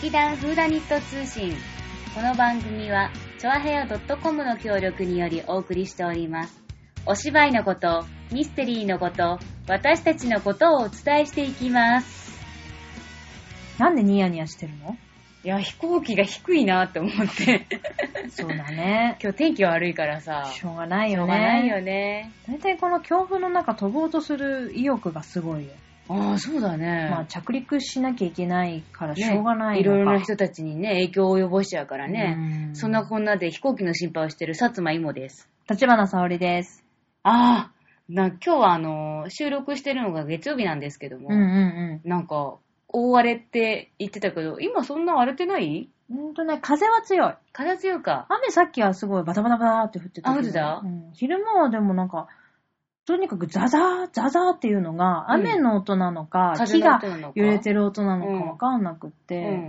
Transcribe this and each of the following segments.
劇団フーダニット通信。この番組はチョアヘア .com の協力によりお送りしております。お芝居のこと、ミステリーのこと、私たちのことをお伝えしていきます。 なんでニヤニヤしてるの？ いや、飛行機が低いなって思ってそうだね。 今日天気悪いからさ、 しょうがないよね。 しょうがないよね。 大体この強風の中飛ぼうとする意欲がすごいよ。 ああ、そうだね。 まあ着陸しなきゃいけないからしょうがないのか、ね、 いろいろな人たちにね、影響を及ぼしちゃうからね。そんなこんなで飛行機の心配をしてる薩摩いもです。 立花沙織です。 ああ、今日は収録してるのが月曜日なんですけども、なんか、大荒れって言ってたけど、今そんな荒れてない？ 風は強い。 風強いか。 雨さっきはすごいバタバタバタって降ってたけど。 あ、降ってた？ 昼間はでもなんか、とにかくザザー、ザザーっていうのが、雨の音なのか、木が揺れてる音なのかわかんなくって、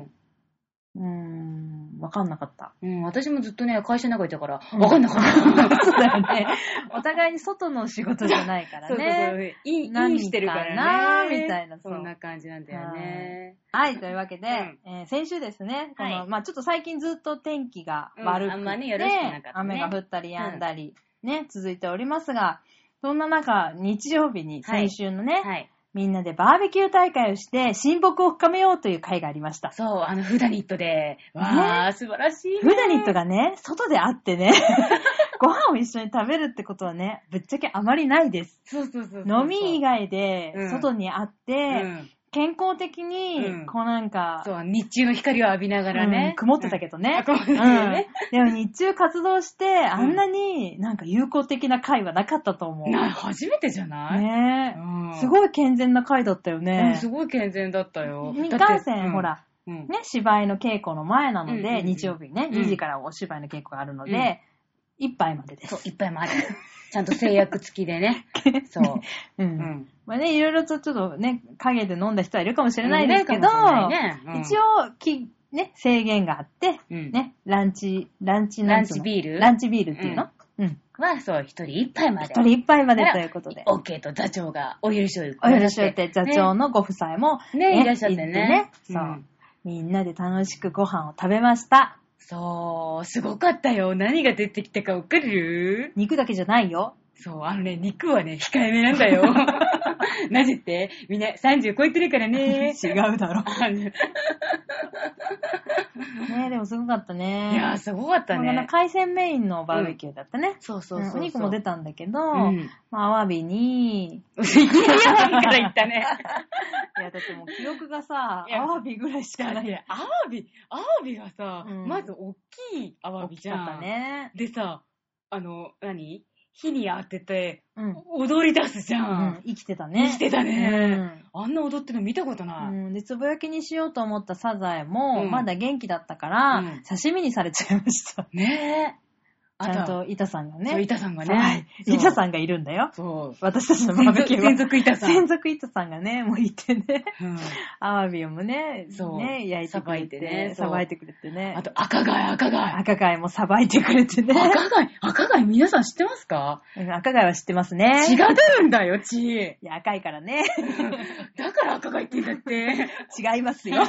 わかんなかった。 私もずっとね、会社の中いたから、わかんなかった。 そうだよね。お互いに外の仕事じゃないからね。 そう。インしてるからね。 みたいな。 そんな感じなんだよね。 はい、というわけで、先週ですね、まあちょっと最近ずっと天気が悪くて、 あんまね、よろしくなかったね。 雨が降ったり止んだり、ね、続いておりますが、そんな中、日曜日に先週のね、みんなでバーベキュー大会をして親睦を深めようという会がありました。 そう、フーダニットで。わー、素晴らしいね。 フーダニットがね、外で会ってね、ご飯を一緒に食べるってことはね、ぶっちゃけあまりないです。 そう。 飲み以外で、外に会って、健康的に、こうなんか、 そう、日中の光を浴びながらね。 曇ってたけどね。 曇ってたけどね。 でも日中活動して、あんなになんか有効的な会はなかったと思う。 初めてじゃない？ ねえ。すごい健全な会だったよね。 すごい健全だったよ。 未完成、ほら、ね、芝居の稽古の前なので、日曜日ね、2時からお芝居の稽古があるので、1杯までです。 そう、1杯まで。ちゃんと制約付きでね。そう。 まあね、いろいろとちょっとね、陰で飲んだ人はいるかもしれないですけど、一応、ね、制限があって、ね、ランチビールランチビールっていうの？ は、そう、一人一杯まで。 一人一杯までということで。 OK と座長がお許しを言って。 お許しを言って、座長のご夫妻もね、いらっしゃってね。 そう。みんなで楽しくご飯を食べました。 そう、すごかったよ。何が出てきたかわかる？ 肉だけじゃないよ。 そう、肉はね、控えめなんだよ。なぜって、みんな30超えてるからね。 違うだろ。ね、でもすごかったね。 いや、すごかったね。 海鮮メインのバーベキューだったね。 そう。 お肉も出たんだけど、まあ、アワビに、 いきなりアワビから言ったね。 いや、だってもう記憶がさ、アワビぐらいしかない。 アワビがさ、まず大きいアワビじゃん。 大きかったね。 でさ、火に当てて、踊り出すじゃん。 生きてたね。 生きてたね。あんな踊ってるの見たことない。 で、つぼ焼きにしようと思ったサザエも、まだ元気だったから、刺身にされちゃいました。 ねえ。 ちゃんと板さんがね。 そう、板さんがね。 板さんがいるんだよ。 そう。 私たちのバーベキューは。 専属板さん。 専属板さんがね、もういてね。アワビをもね、焼いてくれてね。さばいてくれてね。 あと、赤貝もさばいてくれてね。 赤貝皆さん知ってますか？ 赤貝は知ってますね。 血が出るんだよ、血。 いや、赤いからね。 だから赤貝って言うんだって。 違いますよ。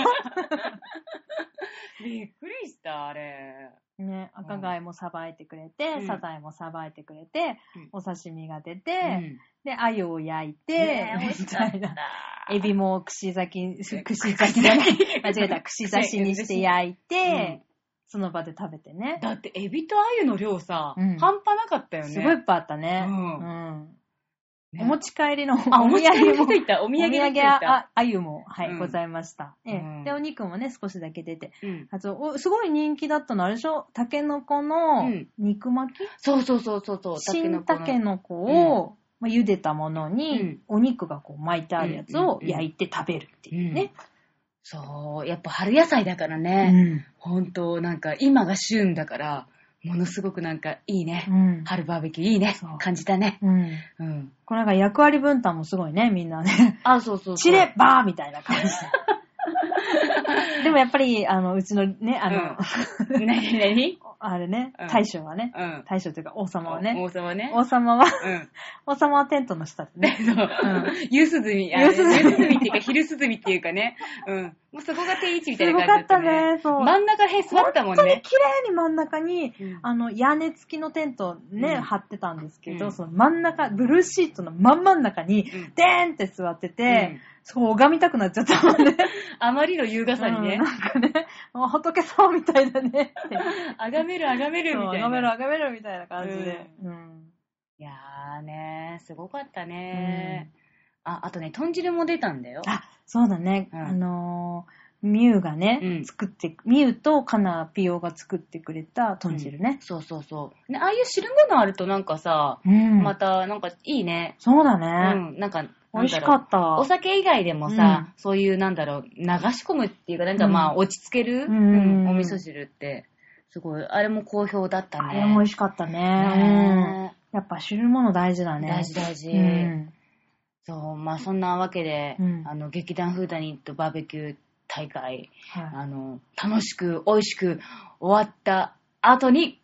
びっくりした、あれ。 ね、赤貝もさばいてくれて、サザエもさばいてくれて、お刺身が出て、で、鮎を焼いて、みたいな。エビも串刺しにして焼いて、その場で食べてね。 だってエビと鮎の量さ、半端なかったよね。 すごいいっぱいあったね。お持ち帰りのお土産も。お土産鮎も、ございました。で、お肉もね、少しだけ出て。あと、すごい人気だったのあれでしょ？タケノコの肉巻き？ そう。 新タケノコを茹でたものに、お肉がこう巻いてあるやつを焼いて食べるっていうね。 そう、やっぱ春野菜だからね。ほんと、なんか今が旬だから、ものすごくなんかいいね。春バーベキューいいね。感じたね。 これなんか役割分担もすごいね、みんなね。 そう。 チレバーみたいな感じで。でもやっぱり、うちのね、 何あれね、大将はね、大将というか王様はね、 王様は、 サマーテントの下でね。 そう。夕涼み、夕涼みっていうか、昼涼みっていうかね。うん。もうそこが定位置みたいな感じだったね。すごかったね、そう。真ん中へ座ったもんね。 本当に綺麗に真ん中に、屋根付きのテントね、張ってたんですけど、その真ん中、ブルーシートの真ん中に、でーんって座ってて、そう、拝みたくなっちゃったもんね。 あまりの優雅さにね。 なんかね、もう仏様みたいだね。 崇めるみたいな。 崇めるみたいな感じで。 いやーね、すごかったね。あとね、豚汁も出たんだよ。 あ、そうだね。ミュウがね、ミュウとカナピオが作ってくれた豚汁ね。 そうそうそう。ね、ああいう汁物あるとなんかさ、またなんかいいね。 そうだね。 なんか、 美味しかった。 お酒以外でもさ、そういう流し込むっていうか、なんかまあ落ち着ける、お味噌汁って、すごい、あれも好評だったね。 あれも美味しかったね。やっぱ汁物大事だね。 大事。そう、まあそんなわけで、劇団フーダニットバーベキュー大会、楽しく美味しく終わった後に、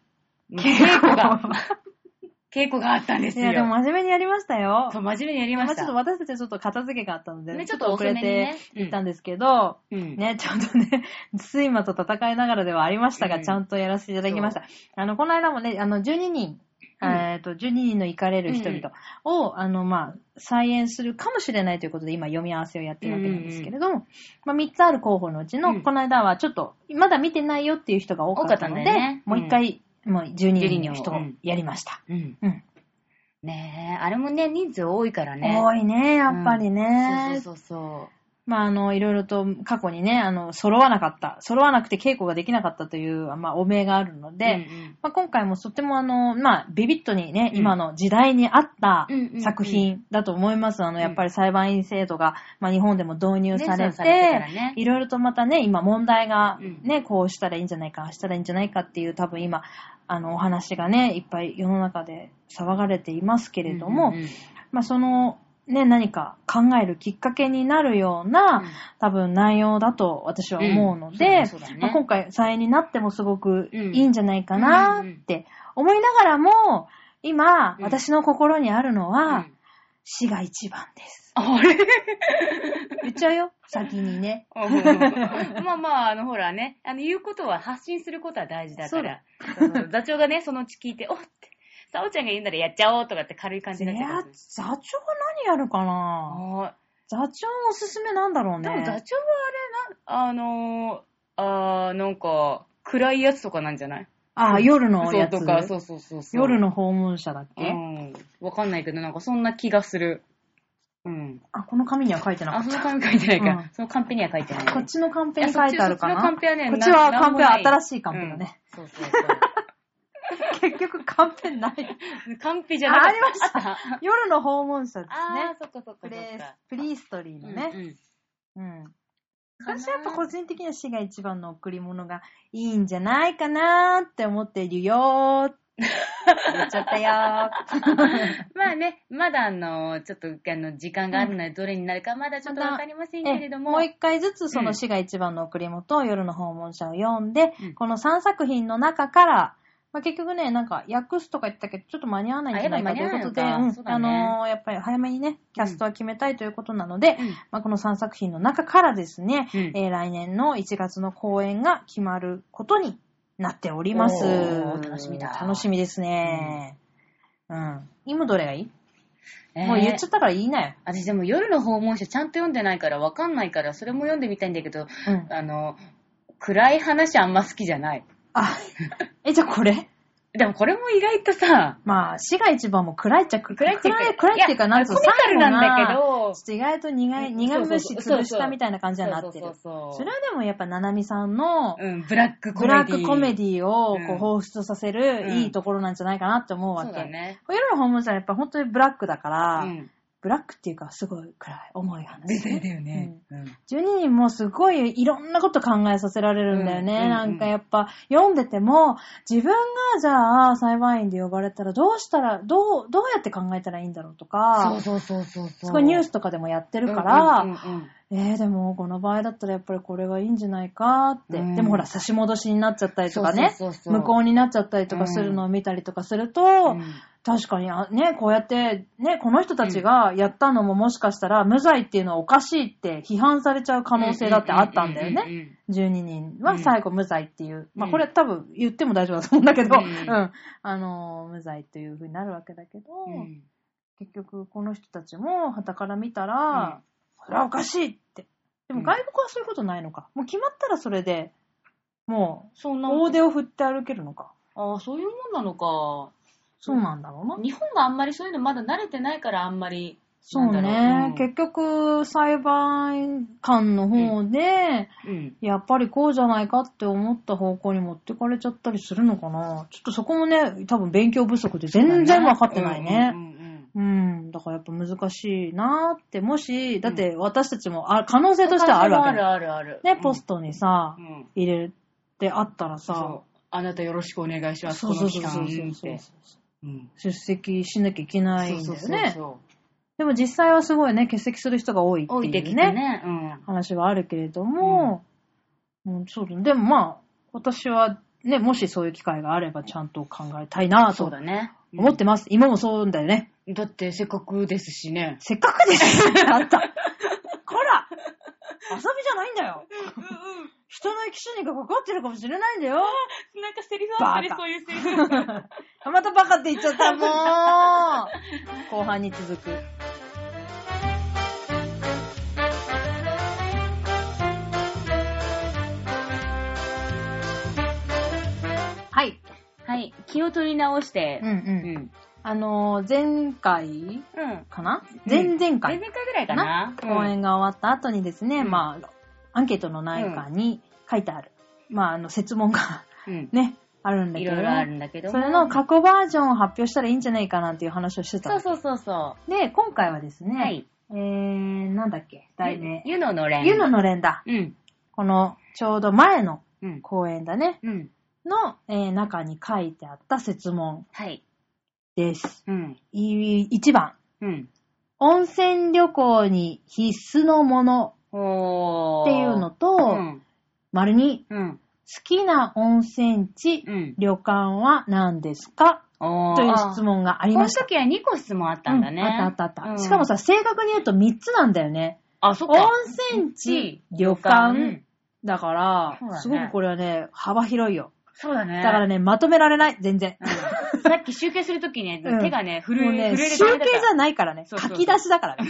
稽古があったんですよ。 いや、でも真面目にやりましたよ。 そう、真面目にやりました。 ちょっと私たちはちょっと片付けがあったので、 ね、ちょっと遅れて行ったんですけど、ね、ちゃんとね、睡魔と戦いながらではありましたが、ちゃんとやらせていただきました。この間もね、12人、12人の行かれる人々を、再演するかもしれないということで、今読み合わせをやってるわけなんですけれども、3つある候補のうちの、この間はちょっと、まだ見てないよっていう人が多かったので、もう一回、もう12人の人をやりました。 ねえ、あれもね、人数多いからね。 多いね、やっぱりね。 そう。 いろいろと過去にね、揃わなくて稽古ができなかったという、汚名があるので、今回もとてもビビッドにね、今の時代に合った作品だと思います。やっぱり裁判員制度が、日本でも導入されて、いろいろとまたね、今問題がね、こうしたらいいんじゃないか、ああしたらいいんじゃないかっていう多分今、お話がね、いっぱい世の中で騒がれていますけれども、その、ね、何か考えるきっかけになるような、多分内容だと私は思うので、今回再演になってもすごくいいんじゃないかなって思いながらも、今、私の心にあるのは、死が一番です。 あれ言っちゃうよ、先にね。 ほらね、言うことは発信することは大事だから。座長がね、そのうち聞いて、おって。さおちゃんが言うならやっちゃおうとかって軽い感じになっちゃう。 座長が何やるかな？座長のおすすめなんだろうね。 でも座長はあれなんか、暗いやつとかなんじゃない？ 夜のやつ。 そうとか、そう。 夜の訪問者だっけ？ わかんないけど、なんかそんな気がする。 この紙には書いてなかった。 その紙書いてないか。そのカンペには書いてない。 こっちのカンペに書いてあるかな？ こっちのカンペはね、 こっちはカンペは新しいカンペだね。 そう。 結局カンペない。 カンペじゃなかった。 ありました。夜の訪問者ですね。 そっか。 プリーストリーのね。私はやっぱ個人的には死が一番の贈り物がいいんじゃないかなーって思っているよー。言っちゃったよー。 まだちょっと時間があるのでどれになるかまだちょっとわかりませんけれども。 もう一回ずつその死が一番の贈り物、夜の訪問者を読んで、この3作品の中から、結局ね、なんか訳すとか言ったけど、ちょっと間に合わないんじゃないかということで、やっぱり早めにね、キャストは決めたいということなので、この3作品の中からですね、来年の1月の公演が決まることになっております。 楽しみだ。 楽しみですね。今どれがいい？もう言っちゃったから言いなよ。 私でも夜の訪問者ちゃんと読んでないからわかんないから、それも読んでみたいんだけど、暗い話あんま好きじゃない。 じゃあこれ？ でもこれも意外とさ、 死が一番も暗いっちゃ暗いっていうか、なんと最後なんだけど、意外と苦虫潰したみたいな感じになってる。それはでもやっぱ、ななみさんの、 ブラックコメディをこう彷彿とさせるいいところなんじゃないかなって思うわけ。そうだね。夜の訪問者はやっぱ本当にブラックだから、ブラックっていうか、すごい暗い、重い話。 だよね。 12人もすごいいろんなこと考えさせられるんだよね。なんかやっぱ、読んでても、自分がじゃあ、裁判員で呼ばれたら、どうやって考えたらいいんだろうとか、 そう。 すごいニュースとかでもやってるから、 でもこの場合だったらやっぱりこれがいいんじゃないかって。でもほら差し戻しになっちゃったりとかね、無効になっちゃったりとかするのを見たりとかすると、確かにね、こうやってね、この人たちがやったのももしかしたら無罪っていうのはおかしいって批判されちゃう可能性だってあったんだよね。12人は最後無罪っていう。まあこれ多分言っても大丈夫だと思うんだけど、無罪という風になるわけだけど、結局この人たちも傍から見たら、それはおかしいって。でも外国はそういうことないのか。もう決まったらそれで、もう、大手を振って歩けるのか。 ああ、そういうもんなのか。 そうなんだろうな。 日本があんまりそういうのまだ慣れてないからあんまり。 そうね。結局、裁判官の方で、やっぱりこうじゃないかって思った方向に持ってかれちゃったりするのかな。ちょっとそこもね、多分勉強不足で全然分かってないね。だからやっぱ難しいなーって、もし、だって私たちも可能性としてはあるわけ。 ある。 ね、ポストにさ、入れてあったらさ、 あなたよろしくお願いします、この期間って。 出席しなきゃいけないんだよね。でも実際はすごいね、欠席する人が多いっていうね、話はあるけれども、そうだね。でもまあ、私はね、もしそういう機会があればちゃんと考えたいなと思ってます。今もそうだよね。 だってせっかくですしね。 せっかくですあんた。こら遊びじゃないんだよ。人の生き死にがかかってるかもしれないんだよ。 なんかセリフあったね、そういうセリフ。 またバカって言っちゃった、もう。後半に続く。はい。 はい。気を取り直して。 前回かな、前々回。 前々回ぐらいかな、 講演が終わった後にですね、まあ、アンケートの中に書いてある。まあ、設問がね、あるんだけど。 いろいろあるんだけど。 それの過去バージョンを発表したらいいんじゃないかなっていう話をしてた。 そう。 で、今回はですね、なんだっけ、題名。 湯ののれん。 湯ののれんだ。この、ちょうど前の講演だね。の、中に書いてあった設問。です。1番。温泉旅行に必須のものっていうのと、丸に、好きな温泉地、旅館は何ですかという質問がありました。 この時は2個質問あったんだね。 あった。しかもさ、正確に言うと3つなんだよね。 そっか。 温泉地、旅館。だから、すごくこれはね、幅広いよ。 そうだね。 だからね、まとめられない、全然。 さっき集計するときね、手がね、震える。もうね、 集計じゃないからね、書き出しだからね。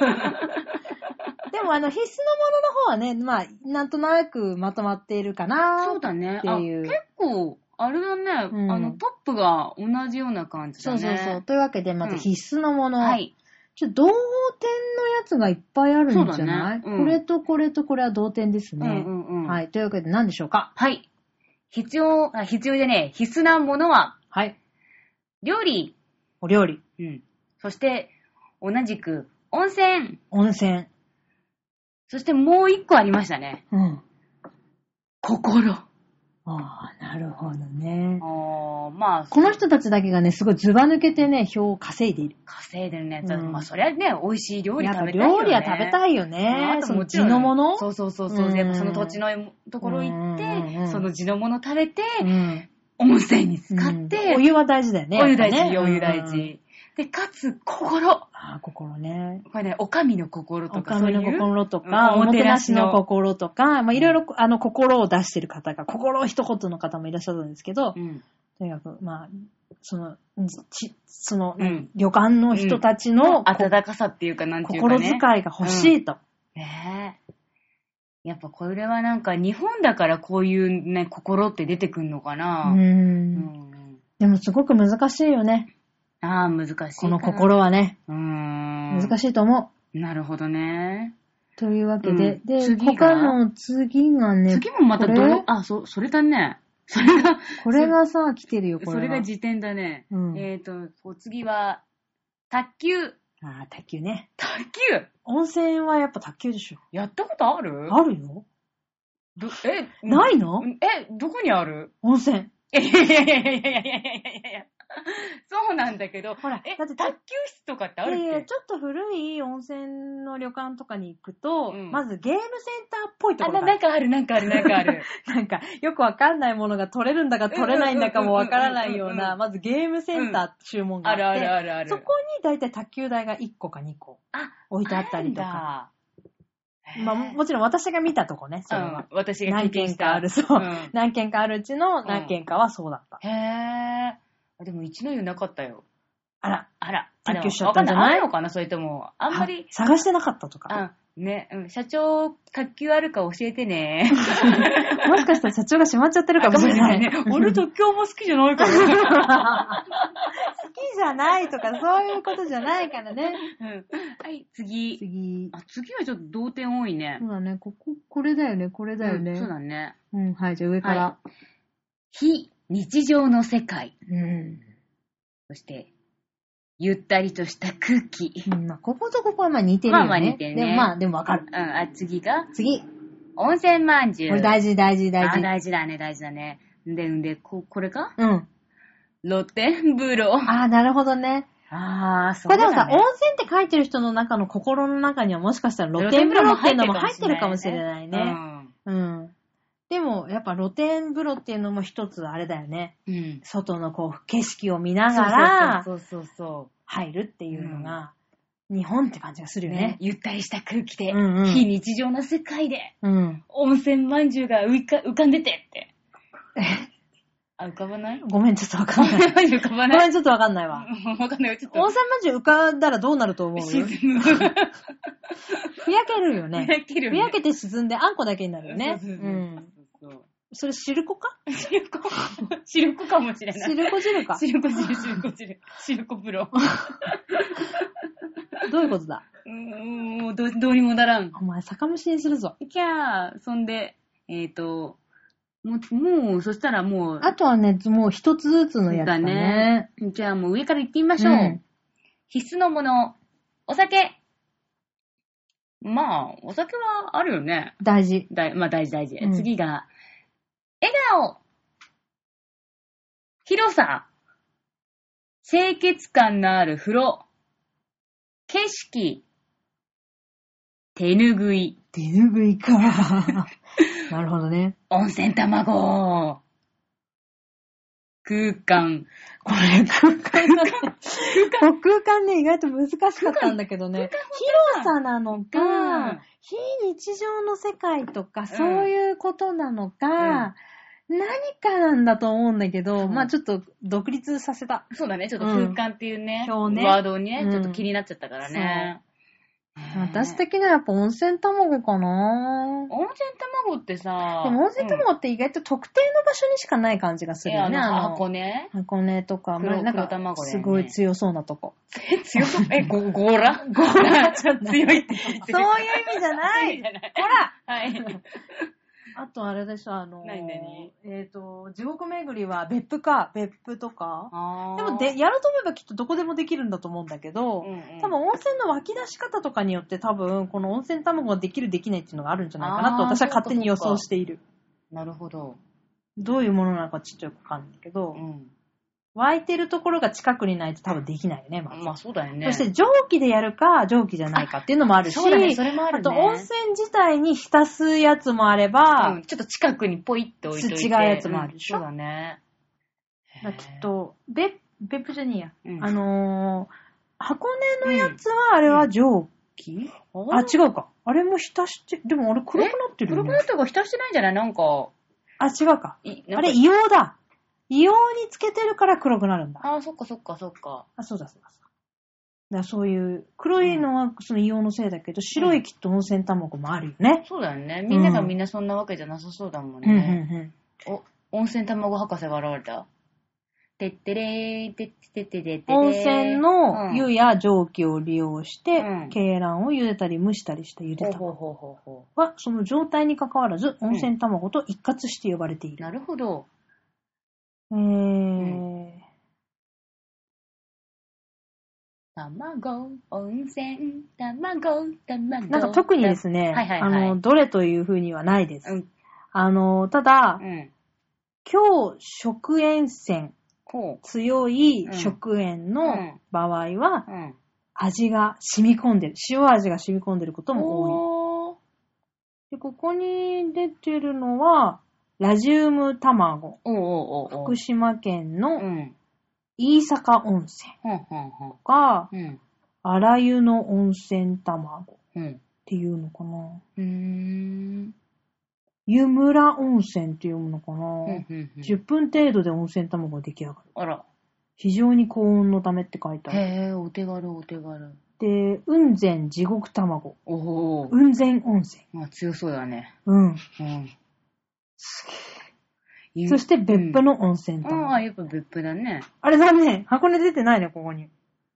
でも必須のものの方はね、まあ、なんとなくまとまっているかな。 そうだね。 結構、あれだね、トップが同じような感じだね。 そう。というわけで、まず必須のもの。同点のやつがいっぱいあるんじゃない？これとこれとこれは同点ですね。はい。というわけで何でしょうか？ はい。必要でね、必須なものは、料理。 お料理。 そして、同じく、温泉。そしてもう一個ありましたね。心。 なるほどね。 まあ。 この人たちだけがね、すごいズバ抜けてね、票を稼いでいる。 稼いでるね。まあ、そりゃね、美味しい料理食べたいよね。 料理は食べたいよね。その地のもの？ そう。やっぱその土地のところ行って、その地のもの食べて、温泉に浸かって。 お湯は大事だよね。 お湯大事。で、かつ、心。 心ね。 これね、お上の心とか、 お上の心とか、おもてなしの心とか、まあ、いろいろ、心を出してる方が、心を一言の方もいらっしゃるんですけど、とにかく、まあ、旅館の人たちの、 温かさっていうか、なんていうかね。 心遣いが欲しいと。 やっぱこれはなんか、日本だからこういうね、心って出てくんのかな。 でもすごく難しいよね。 難しい。 この心はね。難しいと思う。なるほどね。 というわけで、他の次がね。 次もまたそれだね。 これがさ、来てるよ、これ。 それが辞典だね。次は、卓球。 卓球ね。 卓球温泉はやっぱ卓球でしょ。 やったことある？ あるよ。 ないの？ どこにある？ 温泉。 いや。 そうなんだけど、 ほら、だって卓球室とかってあるっけ？ いや、ちょっと古い温泉の旅館とかに行くと、 うん、 まずゲームセンターっぽいところがなんかある。なんか、 よくわかんないものが取れるんだか取れないんだかもわからないような、まずゲームセンター注文があって、 ある。 そこにだいたい卓球台が1個か2個置いてあったりとか。まあ、もちろん私が見たとこね、それは。 私が何軒かある、そう。何軒かあるうちの何軒かはそうだった。 へー。でも一の湯なかったよ。 あら。 卓球しちゃったんじゃない？ あるのかな、それとも。あんまり。 探してなかったとか。 ね、社長、卓球あるか教えてね。 もしかしたら社長が閉まっちゃってるかもしれないね。 俺卓球も好きじゃないから。 好きじゃないとかそういうことじゃないからね。 はい、次。次はちょっと同点多いね。 そうだね。これだよね。そうだね。 はい、じゃあ上から。 非日常の世界。そして、ゆったりとした空気。 こことここはまあ似てるよね。 まあ似てるね。 でもわかる。 次が次。 温泉まんじゅう。 これ大事。 大事だね。で、これか？露天風呂。 なるほどね。 そうだね。 これでもさ、温泉って書いてる人の中の心の中にはもしかしたら露天風呂っていうのも入ってるかもしれないね。でも、やっぱ露天風呂っていうのも一つあれだよね。外の景色を見ながら、入るっていうのが、日本って感じがするよね。 ゆったりした空気で、非日常な世界で、温泉まんじゅうが浮かんでてって。浮かばない？ ごめん、ちょっとわかんない。 浮かばない？ ごめん、ちょっとわかんないわ。 わかんない。ちょっと。 温泉まんじゅう浮かんだらどうなると思う？ 沈む。 ふやけるよね。 ふやけて沈んであんこだけになるよね。それ汁粉か？ 汁粉かもしれない。 汁粉汁か。 汁粉風呂。 どういうことだ？ もうどうにもならん。 お前酒蒸しにするぞ。 そんで、もう、そしたらもう。 あとはね、もう一つずつのやつだね。 じゃあもう上から行ってみましょう。必須のもの。お酒。まあ、お酒はあるよね。 大事。 大事。次が、笑顔。広さ。清潔感のある風呂。景色。手ぬぐい。 手ぬぐいか。なるほどね。 温泉卵。空間。 これ空間ね、意外と難しかったんだけどね。広さなのか、非日常の世界とか、そういうことなのか、何かなんだと思うんだけど、まあちょっと独立させた。 そうだね、ちょっと空間っていうね、ワードにね、ちょっと気になっちゃったからね。 私的にはやっぱ温泉卵かな。 温泉卵ってさ、 でも温泉卵って意外と特定の場所にしかない感じがするよね。 箱根とか、なんかすごい強そうなとこ。 強そう？ゴーラちょっと強いって言ってる。 そういう意味じゃない。ほらはい。 あとあれでしょ、 何地獄巡りは別府とか。でもやろうと思えばきっとどこでもできるんだと思うんだけど、多分温泉の湧き出し方とかによって多分この温泉卵ができるできないっていうのがあるんじゃないかなと私は勝手に予想している。 なるほど。 どういうものなのかちょっとよくわかんないけど、湧いてるところが近くにないと多分できないよね、 まあそうだよね。 そして蒸気でやるか蒸気じゃないかっていうのもあるし、 そうだね、それもあるね。 あと温泉自体に浸すやつもあれば、 ちょっと近くにポイって置いといて。 違うやつもあるでしょ。 そうだね。 きっと、別府じゃねえや。箱根のやつはあれは蒸気？違うか。あれも浸して、でもあれ黒くなってるよね。 黒くなってるから浸してないんじゃない？なんか。 違うか。あれ硫黄だ。硫黄につけてるから黒くなるんだ。 そっか。そうだ。 だからそういう黒いのはその硫黄のせいだけど、白いきっと温泉卵もあるよね。 そうだよね。みんながみんなそんなわけじゃなさそうだもんね。温泉卵博士が現れた。てってれーてってててて。 温泉の湯や蒸気を利用して、鶏卵を茹でたり蒸したりしたゆで卵はその状態に関わらず温泉卵と一括して呼ばれている。 なるほど。卵、温泉、卵。 なんか特にですね、どれというふうにはないです。ただ、今日食塩泉強い食塩の場合は、味が染み込んでる。塩味が染み込んでることも多い。で、ここに出てるのは、ラジウム卵。福島県の飯坂温泉とか、荒湯の温泉卵っていうのかな。湯村温泉っていうのかな。10分程度で温泉卵が出来上がる。 あら。 非常に高温のためって書いてある。 へぇ、お手軽。 で、雲仙地獄卵。雲仙温泉。 強そうだね。 すげえ。そして別府の温泉卵。 やっぱ別府だね。 あれだね。箱根出てないね、ここに。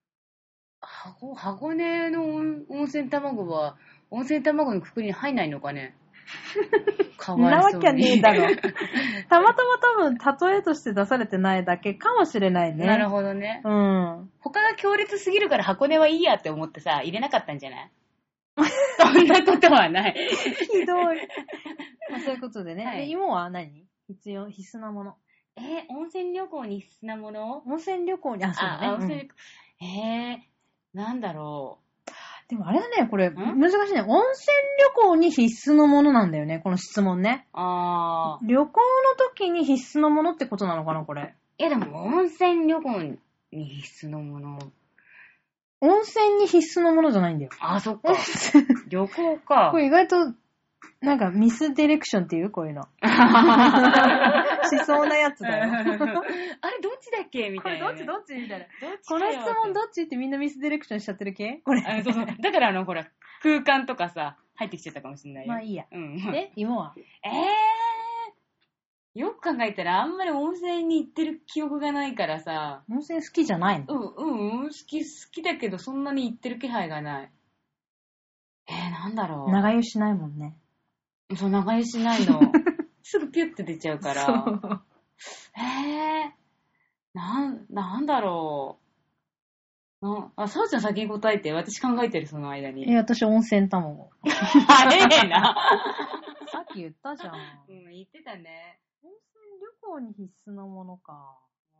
箱根の温泉卵は、温泉卵のくくりに入んないのかね。かわいそうに。 なわけねえだろ。たまたま多分、例えとして出されてないだけかもしれないね。 なるほどね。他が強烈すぎるから箱根はいいやって思ってさ、入れなかったんじゃないそんなことはない。 ひどい。そういうことでね。芋は何？必須なもの。 温泉旅行に必須なもの？ 温泉旅行に、そうだね。 温泉旅行。なんだろう。 でもあれだね、これ、難しいね。温泉旅行に必須のものなんだよね、この質問ね。旅行の時に必須のものってことなのかな、これ。 でも温泉旅行に必須のもの。 温泉に必須のものじゃないんだよ。 そっか。旅行か。 これ意外と、なんかミスディレクションっていうこういうの。しそうなやつだよ。 あれどっちだっけみたいな、 どっちみたいな。この質問どっちってみんなミスディレクションしちゃってる系これ。 そう。だからほら、空間とかさ、入ってきちゃったかもしれないよ。 まあいいや。で、芋はよく考えたらあんまり温泉に行ってる記憶がないからさ。 温泉好きじゃないの？ 好きだけどそんなに行ってる気配がない。なんだろう。 長湯しないもんね。 そう、長湯しないの。すぐピュッて出ちゃうから。そう。なんだろう。さおちゃん先に答えて、私考えてる、その間に。 私温泉卵。 早えな。 さっき言ったじゃん。 言ってたね。 温泉旅行に必須のものか。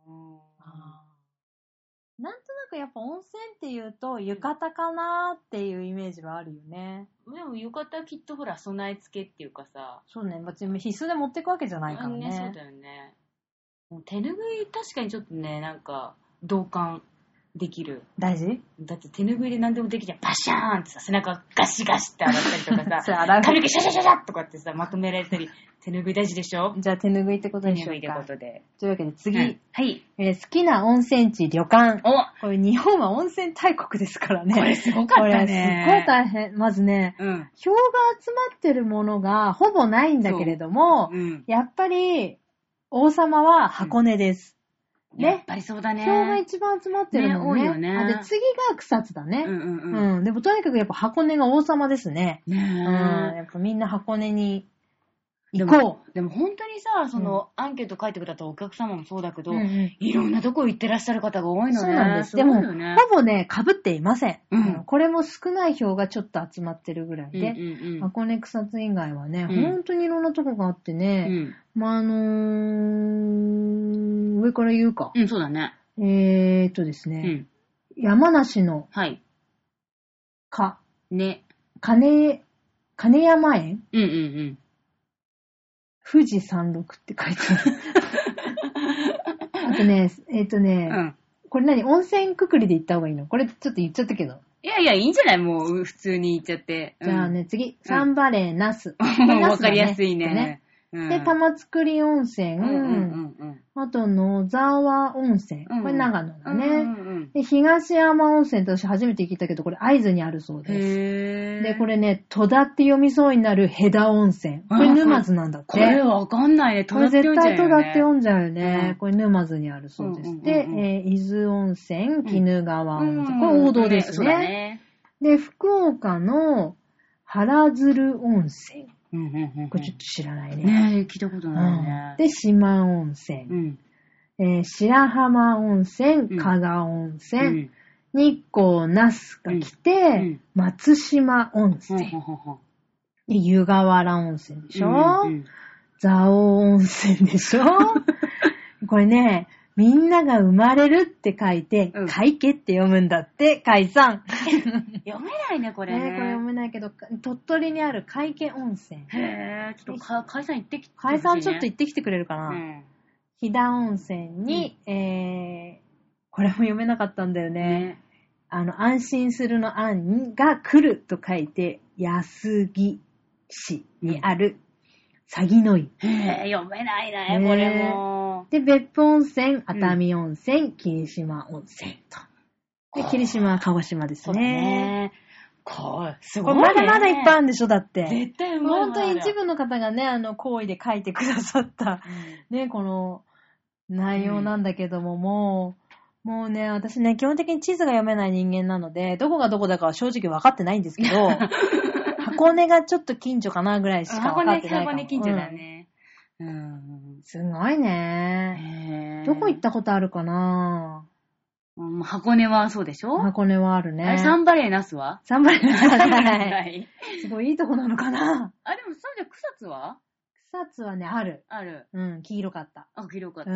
なんとなくやっぱ温泉って言うと浴衣かなーっていうイメージはあるよね。 でも浴衣はきっとほら備え付けっていうかさ。 そうね。別に必須で持ってくわけじゃないからね。 そうだよね。手拭い確かにちょっとね、なんか同感できる。 大事？ だって手拭いで何でもできちゃう。バシャーンってさ、背中ガシガシって洗ったりとかさ、髪の毛シャシャシャシャとかってさ、まとめられたり、手拭い大事でしょ？ じゃあ手拭いってことにしようか。 手拭いってことで。 というわけで次。 はい。 好きな温泉地、旅館。これ日本は温泉大国ですからね。 これすごかったね。 これすごい大変。まずね、票が集まってるものがほぼないんだけれども、やっぱり王様は箱根です。 ね。やっぱりそうだね。 票が一番集まってるもんね。 多いよね。 で、次が草津だね。でもとにかくやっぱ箱根が王様ですね。やっぱみんな箱根に行こう。 でも本当にさ、その、アンケート書いてくれたお客様もそうだけど、いろんなとこ行ってらっしゃる方が多いのね。 そうなんです。でも、ほぼね、被っていません。これも少ない票がちょっと集まってるぐらいで、箱根草津以外はね、本当にいろんなとこがあってね、上から言うか。 そうだね。 ですね、山梨の、金山園富士山麓って書いてある。あとね、これ何？温泉くくりで言った方がいいの？これちょっと言っちゃったけど。 いや、いいんじゃない？もう普通に言っちゃって。 じゃあね、次。サンバレー、ナス。 わかりやすいね。 で、玉造温泉。あと、野沢温泉。これ長野だね。で、東山温泉って私初めて聞いたけど、これ会津にあるそうです。で、これね、戸田って読みそうになる戸田温泉。これ沼津なんだって。 これわかんないね。 これ絶対戸田って読んじゃうよね。これ沼津にあるそうです。で、伊豆温泉、鬼怒川温泉。これ王道ですね。で、福岡の原鶴温泉。これちょっと知らないね。 ねえ、聞いたことないね。 で、四万温泉。白浜温泉、加賀温泉。日光那須が来て、松島温泉。で、湯河原温泉でしょ。蔵王温泉でしょ。これね、 みんなが生まれるって書いて、海家って読むんだって、海さん。 読めないね、これね。 これ読めないけど、鳥取にある海家温泉。 へちょっと海さん行ってきて、 海さんちょっと行ってきてくれるかな。飛騨温泉に、これも読めなかったんだよね。安心するの安が来ると書いて、安来市にある、詐欺の湯。 読めないね、これも。 で、別府温泉、熱海温泉、霧島温泉と。で、霧島は鹿児島ですね。すごいね。まだまだいっぱいあるんでしょ、だって。 絶対うまい。 本当に一部の方がね、好意で書いてくださった、ね、この内容なんだけども、もうね、私ね、基本的に地図が読めない人間なので、どこがどこだかは正直分かってないんですけど、箱根がちょっと近所かなぐらいしか分かってないかも。 箱根近所だね。 すごいね。どこ行ったことあるかな？ 箱根はそうでしょ？ 箱根はあるね。 あれ、サンバレーナスは？ サンバレーナスはない。すごいいいとこなのかな？ でもそうじゃ草津は？ 草津はね、ある。黄色かった。 黄色かった。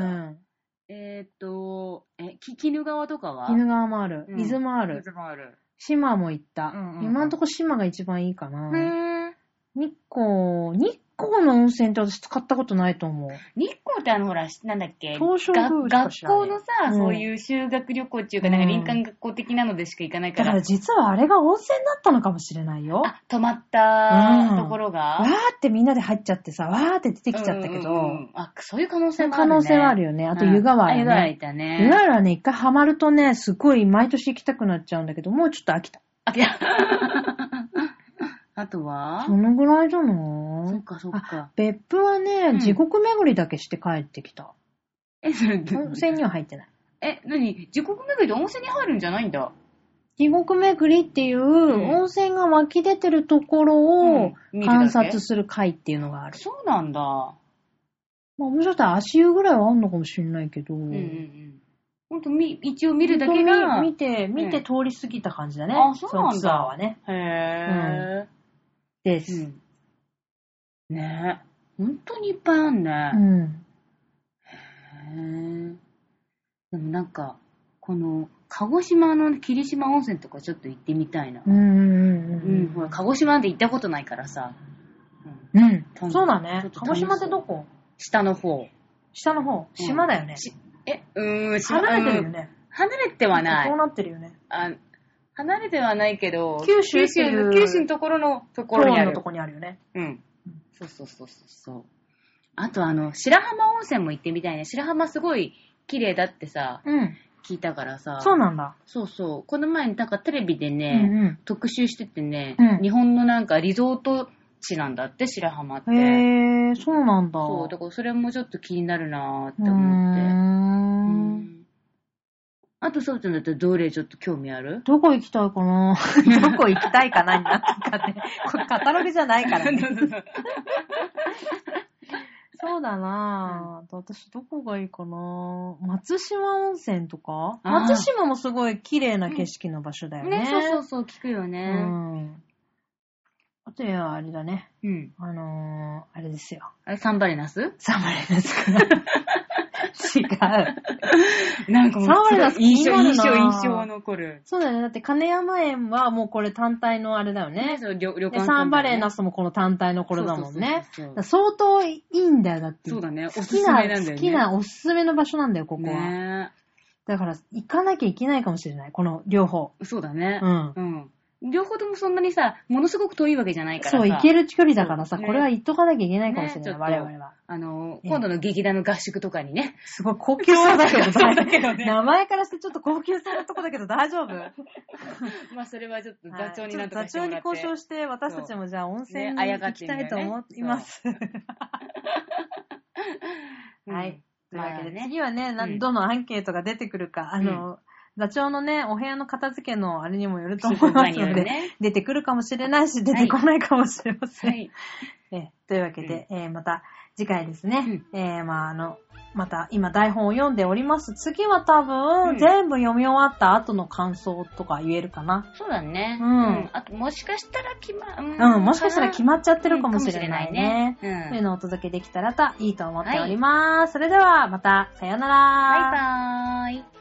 鬼怒川とかは？ 鬼怒川もある。伊豆もある。島も行った。今んとこ島が一番いいかな。日光の温泉って私使ったことないと思う。 日光ってほら、なんだっけ、 東照宮学校のさ、そういう修学旅行っていうか、なんか林間学校的なのでしか行かないから。 だから実はあれが温泉だったのかもしれないよ。 泊まったところが。 わーってみんなで入っちゃってさ、わーって出てきちゃったけど。 そういう可能性もあるね。 可能性はあるよね。あと湯河原ね。 湯河原いたね。 湯河原ね、一回ハマるとね、すごい毎年行きたくなっちゃうんだけど、もうちょっと飽きた。 あとはそのぐらいじゃない？ そっかそっか。 別府はね、地獄巡りだけして帰ってきた。 それ温泉には入ってない。 何？地獄巡りで温泉に入るんじゃないんだ。 地獄巡りっていう、温泉が湧き出てるところを観察する会っていうのがある。 そうなんだ。 もしかしたら足湯ぐらいはあんのかもしれないけど。 ほんと、一応見るだけが。 見て通り過ぎた感じだね。 そうなんだ。 ツアーはね。です。 ねえ。本当にいっぱいあんね。でもなんか、この、鹿児島の霧島温泉とかちょっと行ってみたいな。ほら、鹿児島で行ったことないからさ。 そうだね。鹿児島ってどこ？ 下の方。 下の方。島だよね。離れてるよね。 離れてはない。 こうなってるよね。 離れてはないけど、 九州のところのところにある。 のところにあるよね。 そう。あと白浜温泉も行ってみたいね。白浜すごい綺麗だってさ、聞いたからさ。 そうなんだ。 そう。この前になんかテレビでね、特集しててね、日本のなんかリゾート地なんだって、白浜って。 へー、そうなんだ。 そう、だからそれもちょっと気になるなーって思って。あと、そうちゃんだったらどれちょっと興味ある？ どこ行きたいかなどこ行きたいかなになってかね。これカタログじゃないからね。そうだなぁ。私どこがいいかなぁ。松島温泉とか？松島もすごい綺麗な景色の場所だよね。 そう、聞くよね。 あとはあれだね。あれですよ。 サンバレナス？ サンバレナス。違う。 なんかもう、サンバレナス印象残る。 そうだよね。だって金山園はもうこれ単体のあれだよね。 旅館サンバレナスもこの単体のこれだもんね。相当いいんだよ、だって。 そうだね。おすすめなんだよね。 好きなおすすめの場所なんだよ、ここは。 ね。 だから行かなきゃいけないかもしれない。この両方。 そうだね。両方ともそんなにさ、ものすごく遠いわけじゃないからさ。 そう、行ける距離だからさ、これは行っとかなきゃいけないかもしれない、我々は。 今度の劇団の合宿とかにね。 すごい高級そうだけどね。名前からしてちょっと高級そうなとこだけど大丈夫？ まあそれはちょっと座長になんとかしてもらって。 座長に交渉して、私たちもじゃあ温泉に行きたいと思います。はい。というわけで、次はね、どのアンケートが出てくるか、座長のね、お部屋の片付けのあれにもよると思いますので、出てくるかもしれないし、出てこないかもしれません。というわけで、また次回ですね。また今台本を読んでおります。次は多分、全部読み終わった後の感想とか言えるかな。 そうだね。あともしかしたらもしかしたら決まっちゃってるかもしれないね。そういうのをお届けできたらいいと思っております。それではまた、さようなら。 バイバーイ。